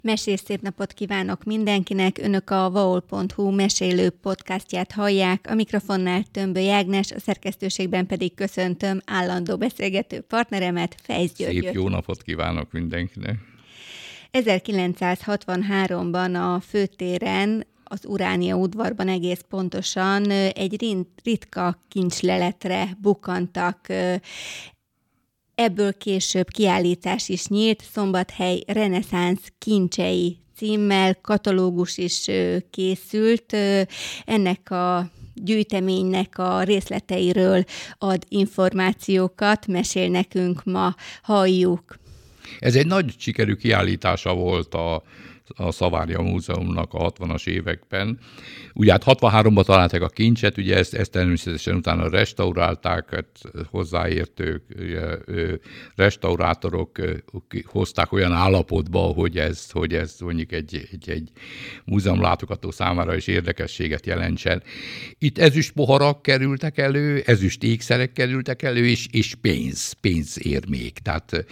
Mesés szép napot kívánok mindenkinek! Önök a vaol.hu mesélő podcastját hallják, a mikrofonnál Tömböly Ágnes, a szerkesztőségben pedig köszöntöm állandó beszélgető partneremet, Fejsz Györgyöt. Szép jó napot kívánok mindenkinek! 1963-ban a főtéren, az Uránia udvarban egész pontosan egy ritka kincsleletre bukkantak. Ebből később kiállítás is nyílt, Szombathely reneszánsz kincsei címmel, katalógus is készült. Ennek a gyűjteménynek a részleteiről ad információkat, mesél nekünk ma, halljuk. Ez egy nagy sikerű kiállítása volt a Szavária Múzeumnak a 60-as években. Ugye hát 63-ban találták a kincset, ugye ezt természetesen utána restaurálták, hozzáértők, restaurátorok hozták olyan állapotba, hogy ez mondjuk egy múzeumlátogató számára is érdekességet jelentsen. Itt ezüst poharak kerültek elő, ezüst ékszerek kerültek elő, és pénzérmék, tehát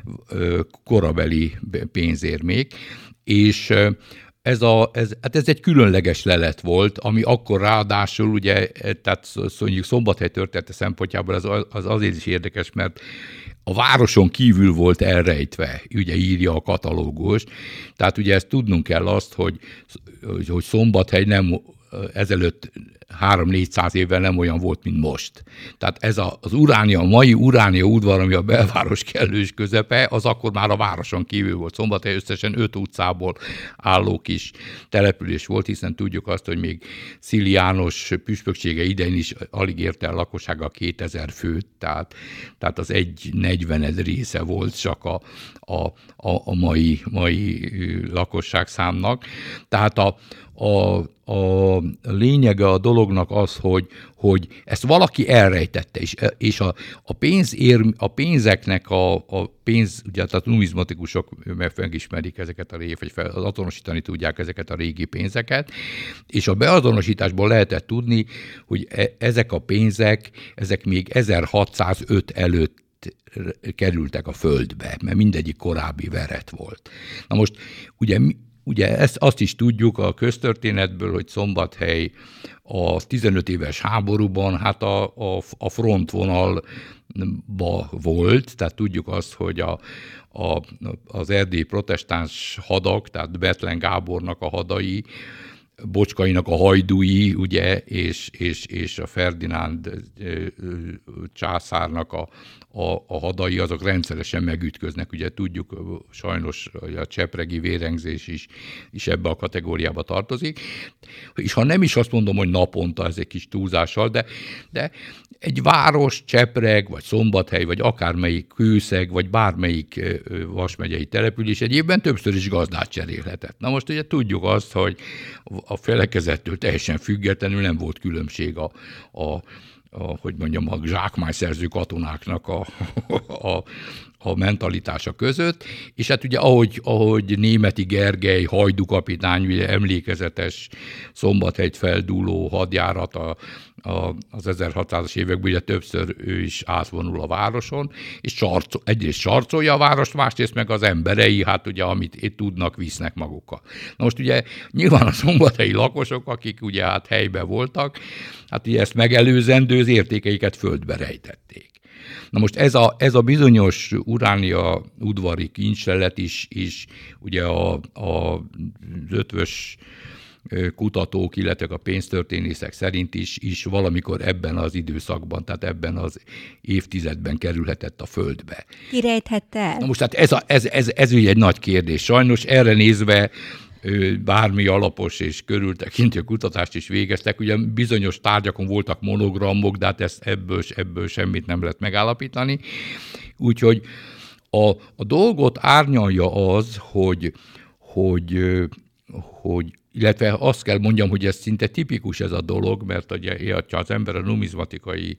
korabeli pénzérmék. És ez egy különleges lelet volt, ami akkor ráadásul, ugye, tehát mondjuk Szombathely története szempontjából az azért is érdekes, mert a városon kívül volt elrejtve, ugye írja a katalógus. Tehát ugye ezt tudnunk kell azt, hogy Szombathely nem ezelőtt 300-400 évvel nem olyan volt, mint most. Tehát ez az a mai Uránia udvar, ami a belváros kellős közepe, az akkor már a városon kívül volt. Szombathely összesen 5 utcából álló kis település volt, hiszen tudjuk azt, hogy még Szili János püspöksége idején is alig érte el lakossága 2000 főt, tehát az 1/40 része volt csak a mai lakosságszámnak. Tehát a lényege a dolognak az, hogy ezt valaki elrejtette, és a pénzeknek ugye, tehát numizmatikusok megismerik ezeket azonosítani tudják ezeket a régi pénzeket, és a beazonosításból lehetett tudni, hogy ezek a pénzek, ezek még 1605 előtt kerültek a földbe, mert mindegyik korábbi veret volt. Na most ugye azt is tudjuk a köztörténetből, hogy Szombathely a 15 éves háborúban hát a frontvonalba volt, tehát tudjuk azt, hogy az erdélyi protestáns hadak, tehát Bethlen Gábornak a hadai, Bocskainak a hajdúi, ugye, és a Ferdinánd császárnak a hadai, azok rendszeresen megütköznek. Ugye tudjuk, sajnos a csepregi vérengzés is ebbe a kategóriába tartozik. És ha nem is azt mondom, hogy naponta, ez egy kis túlzással, de egy város, Csepreg, vagy Szombathely, vagy akármelyik Kőszeg, vagy bármelyik Vas megyei település egy évben többször is gazdát cserélhetett. Na most ugye tudjuk azt, hogy a felekezettől teljesen függetlenül nem volt különbség hogy mondjam, a zsákmányszerző katonáknak a mentalitása között, és hát ugye ahogy Németi Gergely, hajdúkapitány, ugye emlékezetes Szombathelyt feldúló hadjárata az 1600-as években, ugye többször ő is átvonul a városon, és egyrészt sarcolja a várost, másrészt meg az emberei, hát ugye amit tudnak, visznek magukkal. Na most ugye nyilván a szombathelyi lakosok, akik ugye hát helyben voltak, hát ugye ezt megelőzendő az értékeiket földbe rejtették. Na most ez a bizonyos Uránia udvari kincslelet is ugye az ötvös kutatók, illetve a pénztörténészek szerint is valamikor ebben az időszakban, tehát ebben az évtizedben kerülhetett a földbe. Ki rejthette el? Na most hát ez ugye egy nagy kérdés. Sajnos erre nézve bármi alapos és körültekintő kutatást is végeztek. Ugye bizonyos tárgyakon voltak monogramok, de hát ebből semmit nem lehet megállapítani. Úgyhogy a dolgot árnyalja az, hogy illetve azt kell mondjam, hogy ez szinte tipikus ez a dolog, mert ugye, ha az ember a numizmatikai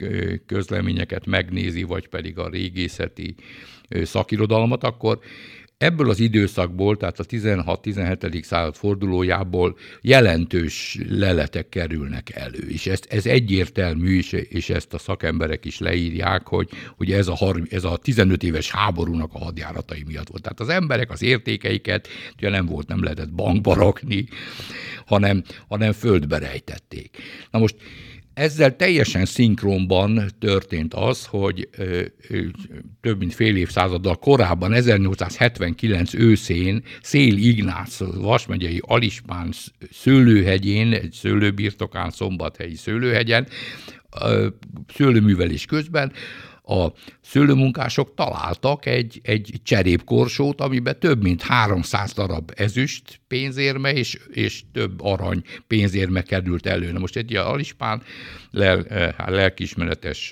közleményeket megnézi, vagy pedig a régészeti szakirodalmat, akkor Ebből az időszakból, tehát a 16-17. Század fordulójából jelentős leletek kerülnek elő. És ez egyértelmű, és ezt a szakemberek is leírják, hogy ez a 15 éves háborúnak a hadjáratai miatt volt. Tehát az emberek az értékeiket ugye nem lehetett bankba rakni, hanem földbe rejtették. Na most ezzel teljesen szinkronban történt az, hogy több mint fél évszázaddal korábban, 1879 őszén Széll Ignác Vas megyei Alispán szőlőhegyén, egy szőlőbirtokán, Szombathelyi szőlőhegyen, szőlőművelés közben a szőlőmunkások találtak egy cserépkorsót, amiben több mint 300 darab ezüst pénzérme és több arany pénzérme került elő. Na most egy alispán lelkiismeretes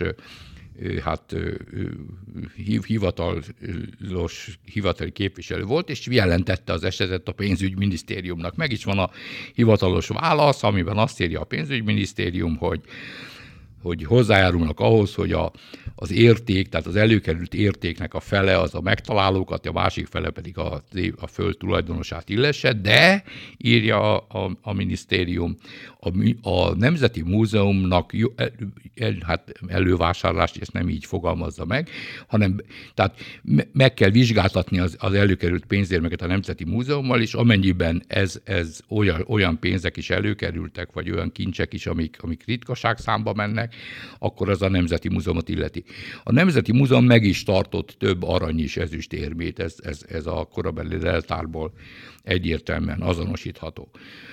hivatali képviselő volt, és jelentette az esetet a pénzügyminisztériumnak. Meg is van a hivatalos válasz, amiben azt írja a pénzügyminisztérium, hogy hozzájárulnak ahhoz, hogy az érték, tehát az előkerült értéknek a fele az a megtalálókat, a másik fele pedig a föld tulajdonosát illesse, de írja a minisztérium, a Nemzeti Múzeumnak elővásárlást, ezt nem így fogalmazza meg, hanem tehát meg kell vizsgáltatni az előkerült pénzérmeket a Nemzeti Múzeummal, és amennyiben ez olyan pénzek is előkerültek, vagy olyan kincsek is, amik ritkaság számba mennek, akkor az a Nemzeti Múzeumot illeti. A Nemzeti Múzeum meg is tartott több arany és ezüst érmét, ez a korabeli leltárból egyértelműen azonosítható.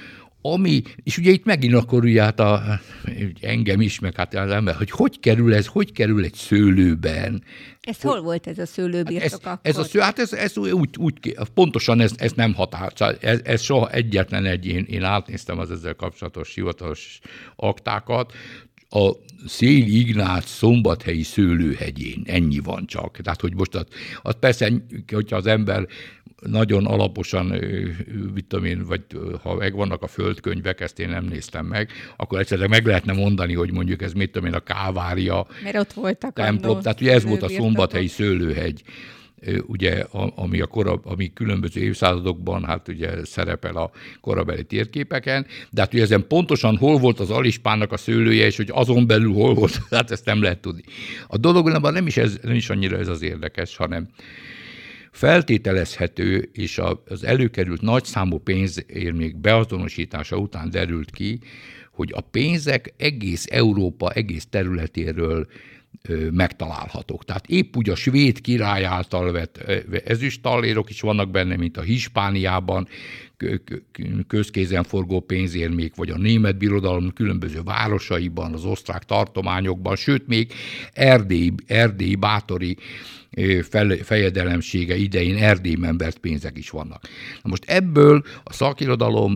És ugye itt megint akkor ugye engem is, meg hát az ember, hogy kerül egy szőlőben. Ez hol volt ez a szőlőbirtok akkor? Ez úgy pontosan ez nem határ. Ez soha egyetlen én átnéztem az ezzel kapcsolatos hivatalos aktákat, a Széll Ignác Szombathelyi szőlőhegyén, ennyi van csak. Tehát, hogy most az persze, hogyha az ember nagyon alaposan, vagy ha megvannak a földkönyvek, ezt én nem néztem meg, akkor egyszerűen meg lehetne mondani, hogy mondjuk ez a Kávária. Mert ott voltak templom, tehát ugye ez volt a Szombathelyi szőlőhegy, ugye, ami különböző évszázadokban hát ugye szerepel a korabeli térképeken, de hát ugye ezen pontosan hol volt az Alispánnak a szőlője, és hogy azon belül hol volt, hát ezt nem lehet tudni. A dologban nem is annyira ez az érdekes, hanem feltételezhető, és az előkerült nagyszámú pénzérmék beazonosítása után derült ki, hogy a pénzek egész Európa egész területéről megtalálhatók. Tehát épp úgy a svéd király által vett ezüsttalérok is vannak benne, mint a Hispániában közkézen forgó pénzérmék, vagy a német birodalom különböző városaiban, az osztrák tartományokban, sőt még erdélyi bátori fejedelemsége idején Erdélyben vert pénzek is vannak. Na most ebből a szakirodalom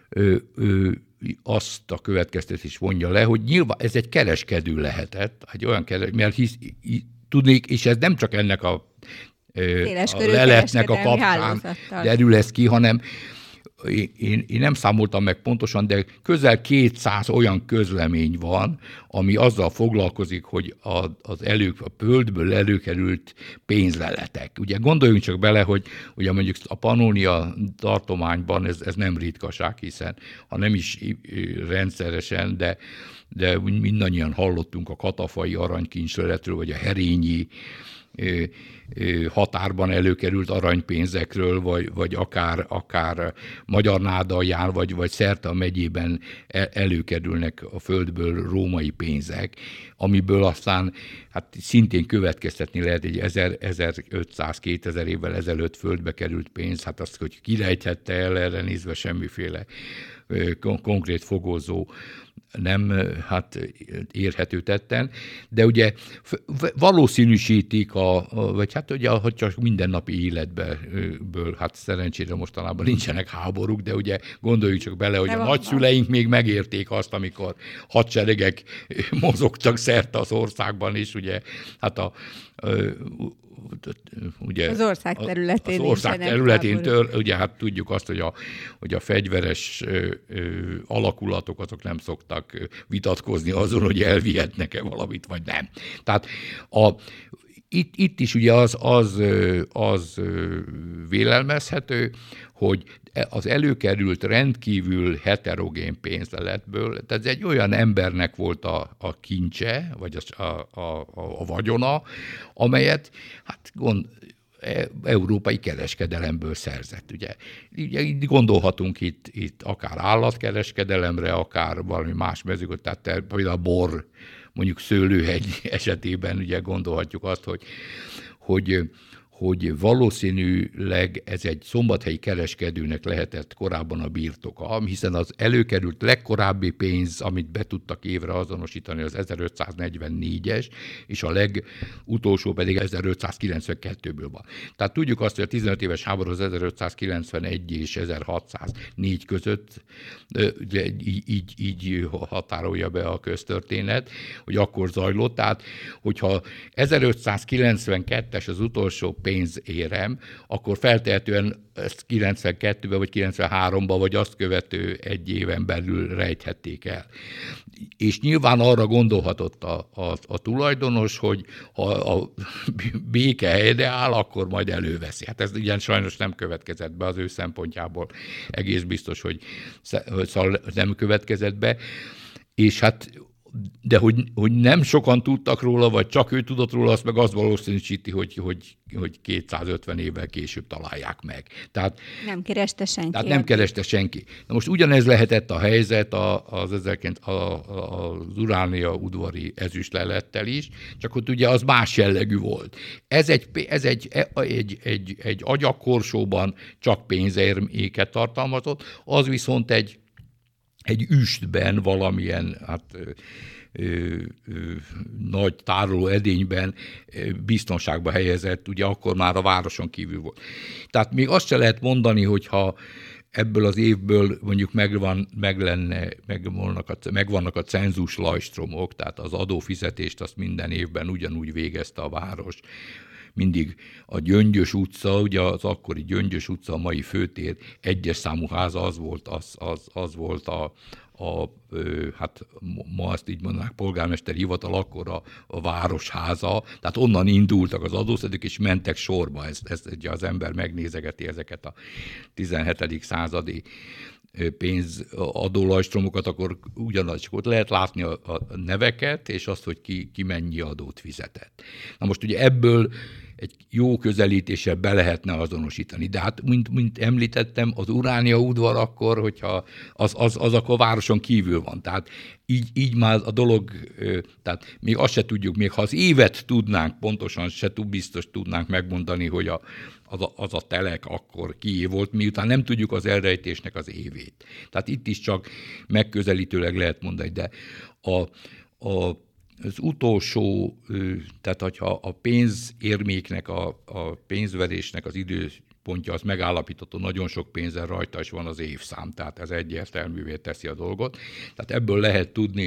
azt a következtetést vonja le, hogy nyilván ez egy kereskedő lehetett, egy olyan mert tudnék, és ez nem csak ennek a leletnek a kapcsán derül ez ki, hanem én nem számoltam meg pontosan, de közel 200 olyan közlemény van, ami azzal foglalkozik, hogy a földből előkerült pénzleletek. Ugye gondoljunk csak bele, hogy ugye mondjuk a Pannónia tartományban ez nem ritkaság, hiszen ha nem is rendszeresen, de mindannyian hallottunk a katafai aranykincsleletről, vagy a herényi határban előkerült aranypénzekről, vagy akár Magyarnádalján, vagy szerte a megyében előkerülnek a földből római pénzek, amiből aztán hát szintén következtetni lehet egy 1500-2000 évvel ezelőtt földbe került pénz, hát azt, hogy kirejthette el, erre nézve semmiféle konkrét fogózó nem érhető tetten, de ugye valószínűsítik, vagy hát ugye hogy csak mindennapi életből, hát szerencsére mostanában nincsenek háborúk, de ugye gondoljuk csak bele, hogy a nagyszüleink még megérték azt, amikor hadseregek mozogtak szerte az országban is, ugye hát ugye az ország területén ugye hát tudjuk azt, hogy a fegyveres alakulatok azok nem szoktak vitatkozni azon, hogy elvihetnek-e valamit, vagy nem. Tehát Itt is ugye az vélelmezhető, hogy az előkerült rendkívül heterogén pénzleletből, tehát ez egy olyan embernek volt a kincse, vagy a vagyona, amelyet európai kereskedelemből szerzett. Ugye itt gondolhatunk itt akár állatkereskedelemre, akár valami más mezőgazdaság, tehát például a bor, mondjuk szőlőhegy esetében ugye gondolhatjuk azt, hogy valószínűleg ez egy szombathelyi kereskedőnek lehetett korábban a birtoka, hiszen az előkerült legkorábbi pénz, amit be tudtak évre azonosítani, az 1544-es, és a legutolsó pedig 1592-ből van. Tehát tudjuk azt, hogy a 15 éves háború az 1591 és 1604 között így határolja be a köztörténet, hogy akkor zajlott. Tehát, hogyha 1592-es az utolsó pénzérem, akkor feltehetően ezt 92-ben vagy 93-ban, vagy azt követő egy éven belül rejthették el. És nyilván arra gondolhatott a tulajdonos, hogy ha a béke helyreáll, akkor majd előveszi. Hát ez ilyen sajnos nem következett be az ő szempontjából. Egész biztos, hogy nem következett be. És hát de hogy nem sokan tudtak róla, vagy csak ő tudott róla, azt meg az valószínűsíti, hogy 250 évvel később találják meg. Tehát nem kereste senki. Na most ugyanez lehetett a helyzet az Uránia udvari ezüstlelettel is, csak ott ugye az más jellegű volt. Ez egy agyakorsóban csak pénzérméket tartalmazott, az viszont egy üstben valamilyen nagy tároló edényben biztonságba helyezett, ugye akkor már a városon kívül volt. Tehát még azt se lehet mondani, hogyha ebből az évből mondjuk megvannak a cenzus lajstromok, tehát az adófizetést azt minden évben ugyanúgy végezte a város. Mindig a Gyöngyös utca, ugye az akkori Gyöngyös utca, a mai főtér, egyes számú háza az volt hát ma azt így mondanák, polgármesteri hivatal, akkor a városháza, tehát onnan indultak az adószedők, és mentek sorba. Ezt ugye az ember megnézegeti ezeket a 17. századi pénzadólajstromokat, akkor ugyanaz, csak ott lehet látni a neveket, és azt, hogy ki mennyi adót fizetett. Na most ugye ebből egy jó közelítéssel be lehetne azonosítani. De hát, mint említettem, az Uránia udvar akkor, hogyha az akkor városon kívül van. Tehát így már a dolog, tehát még azt se tudjuk, még ha az évet tudnánk, pontosan se biztos tudnánk megmondani, hogy az a telek akkor kié volt, miután nem tudjuk az elrejtésnek az évét. Tehát itt is csak megközelítőleg lehet mondani, de az utolsó, tehát hogyha a pénzérméknek, a pénzverésnek az időpontja az megállapítható, nagyon sok pénzen rajta is van az évszám, tehát ez egyértelművé teszi a dolgot. Tehát ebből lehet tudni,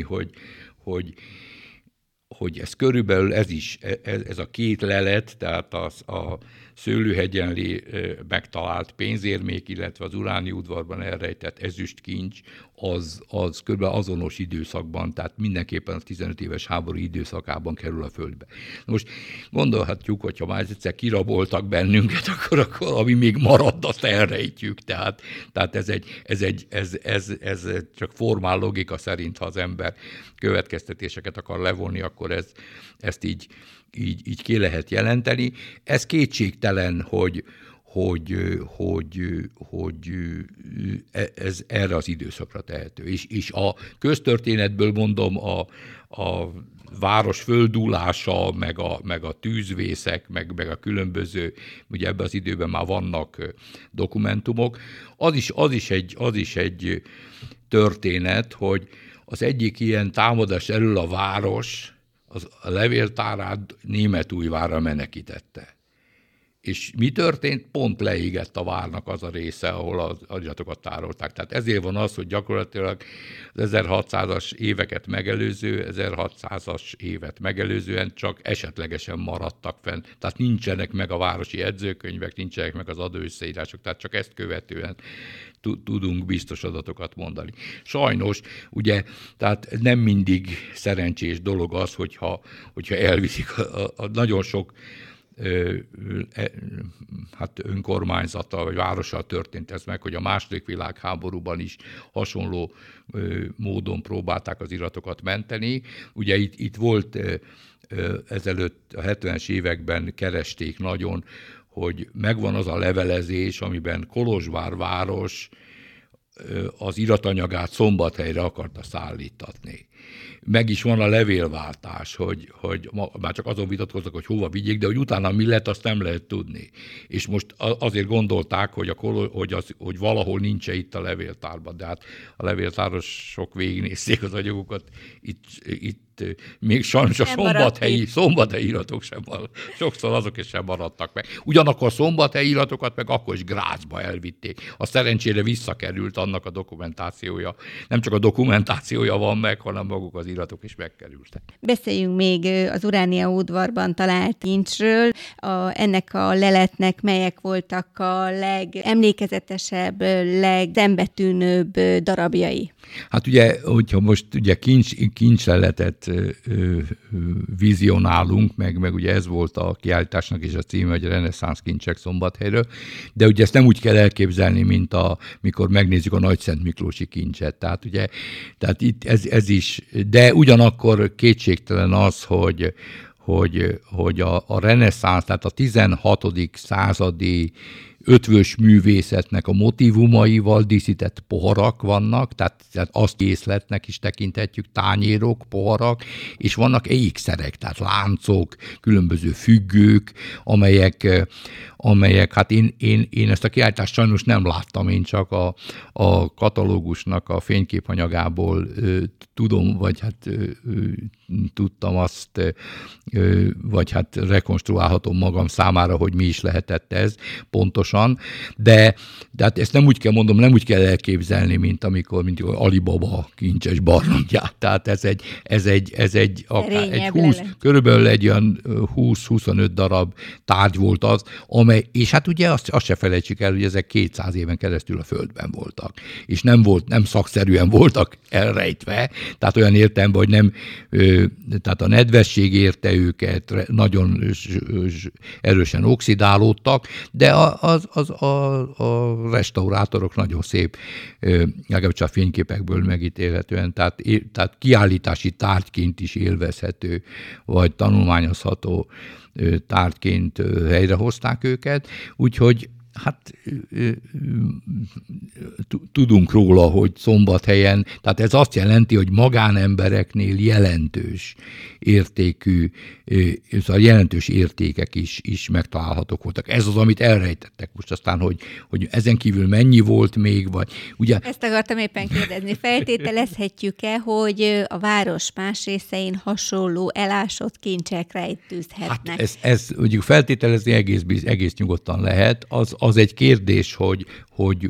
hogy ez körülbelül ez a két lelet, tehát a Szőlőhegyen megtalált pénzérmék, illetve az Uránia udvarban elrejtett ezüstkincs, az körülbelül azonos időszakban, tehát mindenképpen a 15 éves háború időszakában kerül a földbe. Most gondolhatjuk, hogyha már egyszer kiraboltak bennünket, akkor ami még maradt, azt elrejtjük. Tehát ez csak formál logika szerint, ha az ember következtetéseket akar levonni, akkor ezt így ki lehet jelenteni. Ez kétségtelen, hogy ez erre az időszakra tehető. És a köztörténetből mondom, a város földúlása, meg a tűzvészek, meg a különböző, ugye ebben az időben már vannak dokumentumok, az is egy történet, hogy az egyik ilyen támadás elől a város a levéltárát Németújvárra menekítette. És mi történt? Pont leégett a várnak az a része, ahol az iratokat tárolták. Tehát ezért van az, hogy gyakorlatilag az 1600-as éveket megelőző, 1600-as évet megelőzően csak esetlegesen maradtak fenn. Tehát nincsenek meg a városi jegyzőkönyvek, nincsenek meg az adóösszeírások, tehát csak ezt követően tudunk biztos adatokat mondani. Sajnos, ugye, tehát nem mindig szerencsés dolog az, hogyha elviszik a nagyon sok hát önkormányzattal vagy várossal történt ez meg, hogy a II. Világháborúban is hasonló módon próbálták az iratokat menteni. Ugye itt volt ezelőtt a 70-es években keresték nagyon, hogy megvan az a levelezés, amiben Kolozsvár város az iratanyagát Szombathelyre akarta szállítatni. Meg is van a levélváltás, hogy már csak azon vitatkoznak, hogy hova vigyék, de hogy utána mi lett, azt nem lehet tudni. És most azért gondolták, hogy valahol nincs itt a levéltárban, de hát a levéltárosok végignézték az anyagokat, itt még sajnos a szombathelyi iratok sem sokszor azok is sem maradtak meg. Ugyanakkor a szombathelyi iratokat meg akkor is Grazba elvitték. A szerencsére visszakerült annak a dokumentációja. Nem csak a dokumentációja van meg, hanem maguk az iratok is megkerültek. Beszéljünk még az Uránia udvarban talált kincsről. Ennek a leletnek melyek voltak a legemlékezetesebb, legszembetűnőbb darabjai? Hát ugye, hogyha most ugye kincsleletet vizionálunk, meg ugye ez volt a kiállításnak is a címe, hogy a reneszánsz kincsek Szombathelyről, de ugye ezt nem úgy kell elképzelni, mint mikor megnézzük a Nagyszent Miklósi kincset. Tehát itt ez is, de ugyanakkor kétségtelen az, hogy a reneszánsz, tehát a 16. századi ötvös művészetnek a motívumaival díszített poharak vannak, tehát azt készletnek is tekinthetjük, tányérok, poharak, és vannak ékszerek, tehát láncok, különböző függők, amelyek hát én ezt a kiállítást sajnos nem láttam, én csak a katalógusnak a fényképanyagából tudom, vagy hát tudtam azt, vagy hát rekonstruálhatom magam számára, hogy mi is lehetett ez pontosan, de hát ezt nem úgy kell mondom, nem úgy kell elképzelni, mint amikor Alibaba kincses barlangját. Tehát ez egy akár egy 20, körülbelül egy olyan 20-25 darab tárgy volt az, amely, és hát ugye azt se felejtsük el, hogy ezek 200 éven keresztül a földben voltak, és nem szakszerűen voltak elrejtve, tehát olyan értelemben, hogy nem, tehát a nedvesség érte őket, nagyon erősen oxidálódtak, de a restaurátorok nagyon szép, legalábbis a fényképekből megítélhetően, tehát kiállítási tárgyként is élvezhető, vagy tanulmányozható tárgyként helyrehozták őket, úgyhogy hát tudunk róla, hogy Szombathelyen, tehát ez azt jelenti, hogy magánembereknél jelentős értékű, szóval jelentős értékek is megtalálhatók voltak. Ez az, amit elrejtettek most aztán, hogy ezen kívül mennyi volt még, vagy ugye... Ezt akartam éppen kérdezni. Feltételezhetjük-e, hogy a város más részein hasonló elásott kincsek rejtőzhetnek? Hát ez mondjuk feltételezni egész nyugodtan lehet. Az egy kérdés, hogy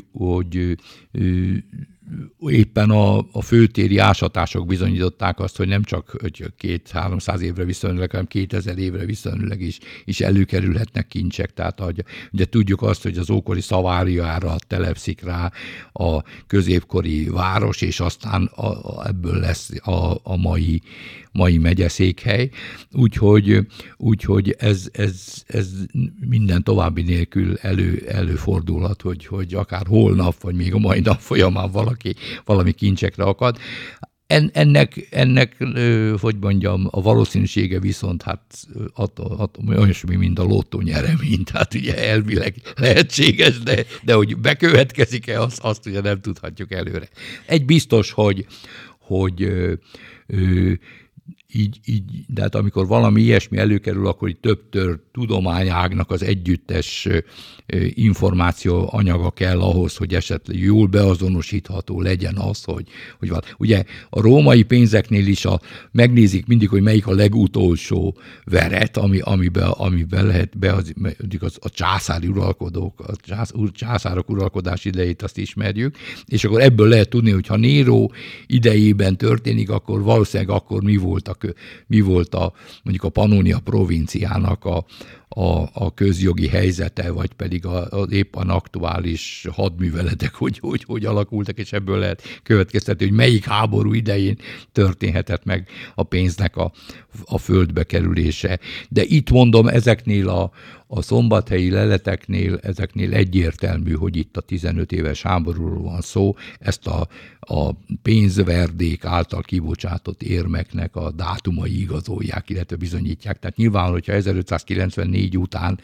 éppen a főtéri ásatások bizonyították azt, hogy nem csak 200-300 évre visszamenőleg, hanem 2000 évre visszamenőleg is előkerülhetnek kincsek. Tehát ugye tudjuk azt, hogy az ókori Szaváriára telepszik rá a középkori város, és aztán ebből lesz a mai megyeszékhely. Úgyhogy ez minden további nélkül előfordulhat, hogy akár holnap, vagy még a mai nap folyamán valami kincsekre akad. Ennek, hogy mondjam, a valószínűsége viszont hát olyasmi, mint a lottó nyeremény. Tehát ugye elvileg lehetséges, de hogy bekövetkezik-e, azt ugye nem tudhatjuk előre. Egy biztos, hogy de hát amikor valami ilyesmi előkerül, akkor itt több tudományágnak az együttes információ anyaga kell ahhoz, hogy esetleg jól beazonosítható legyen az, hogy van. Ugye a római pénzeknél is megnézik mindig, hogy melyik a legutolsó veret, amiben lehet a császári uralkodók, a császárok uralkodás idejét azt ismerjük, és akkor ebből lehet tudni, hogy ha Néró idejében történik, akkor valószínűleg akkor mi volt mondjuk a Pannonia provinciának a közjogi helyzete, vagy pedig az éppen aktuális hadműveletek, hogy alakultak, és ebből lehet következtetni, hogy melyik háború idején történhetett meg a pénznek a földbe kerülése. De itt mondom, ezeknél a szombathelyi leleteknél, ezeknél egyértelmű, hogy itt a 15 éves háborúról van szó, ezt a pénzverdék által kibocsátott érmeknek a dátumai igazolják, illetve bizonyítják. Tehát nyilván, hogyha 1594 után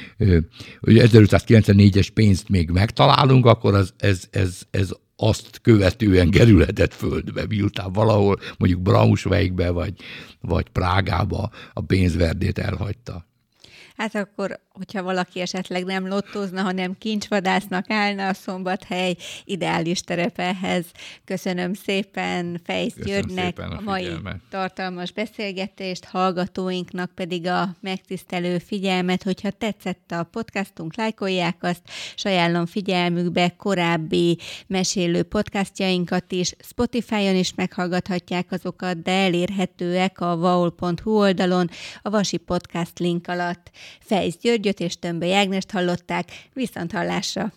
1594-es pénzt még megtalálunk, akkor ez azt követően kerülhetett földbe, miután valahol mondjuk Braunschweigbe vagy Prágába a pénzverdét elhagyta. Hát akkor, hogyha valaki esetleg nem lottózna, hanem kincsvadásznak állna, a Szombathely ideális terep ehhez. Köszönöm szépen Fejsz Györgynek a mai tartalmas beszélgetést, hallgatóinknak pedig a megtisztelő figyelmet. Hogyha tetszett a podcastunk, lájkolják azt, és ajánlom figyelmükbe korábbi mesélő podcastjainkat is. Spotify-on is meghallgathatják azokat, de elérhetőek a vaol.hu oldalon, a Vasi Podcast link alatt. Fejsz Györgyöt és Tömböly Ágnest hallották, viszonthallásra!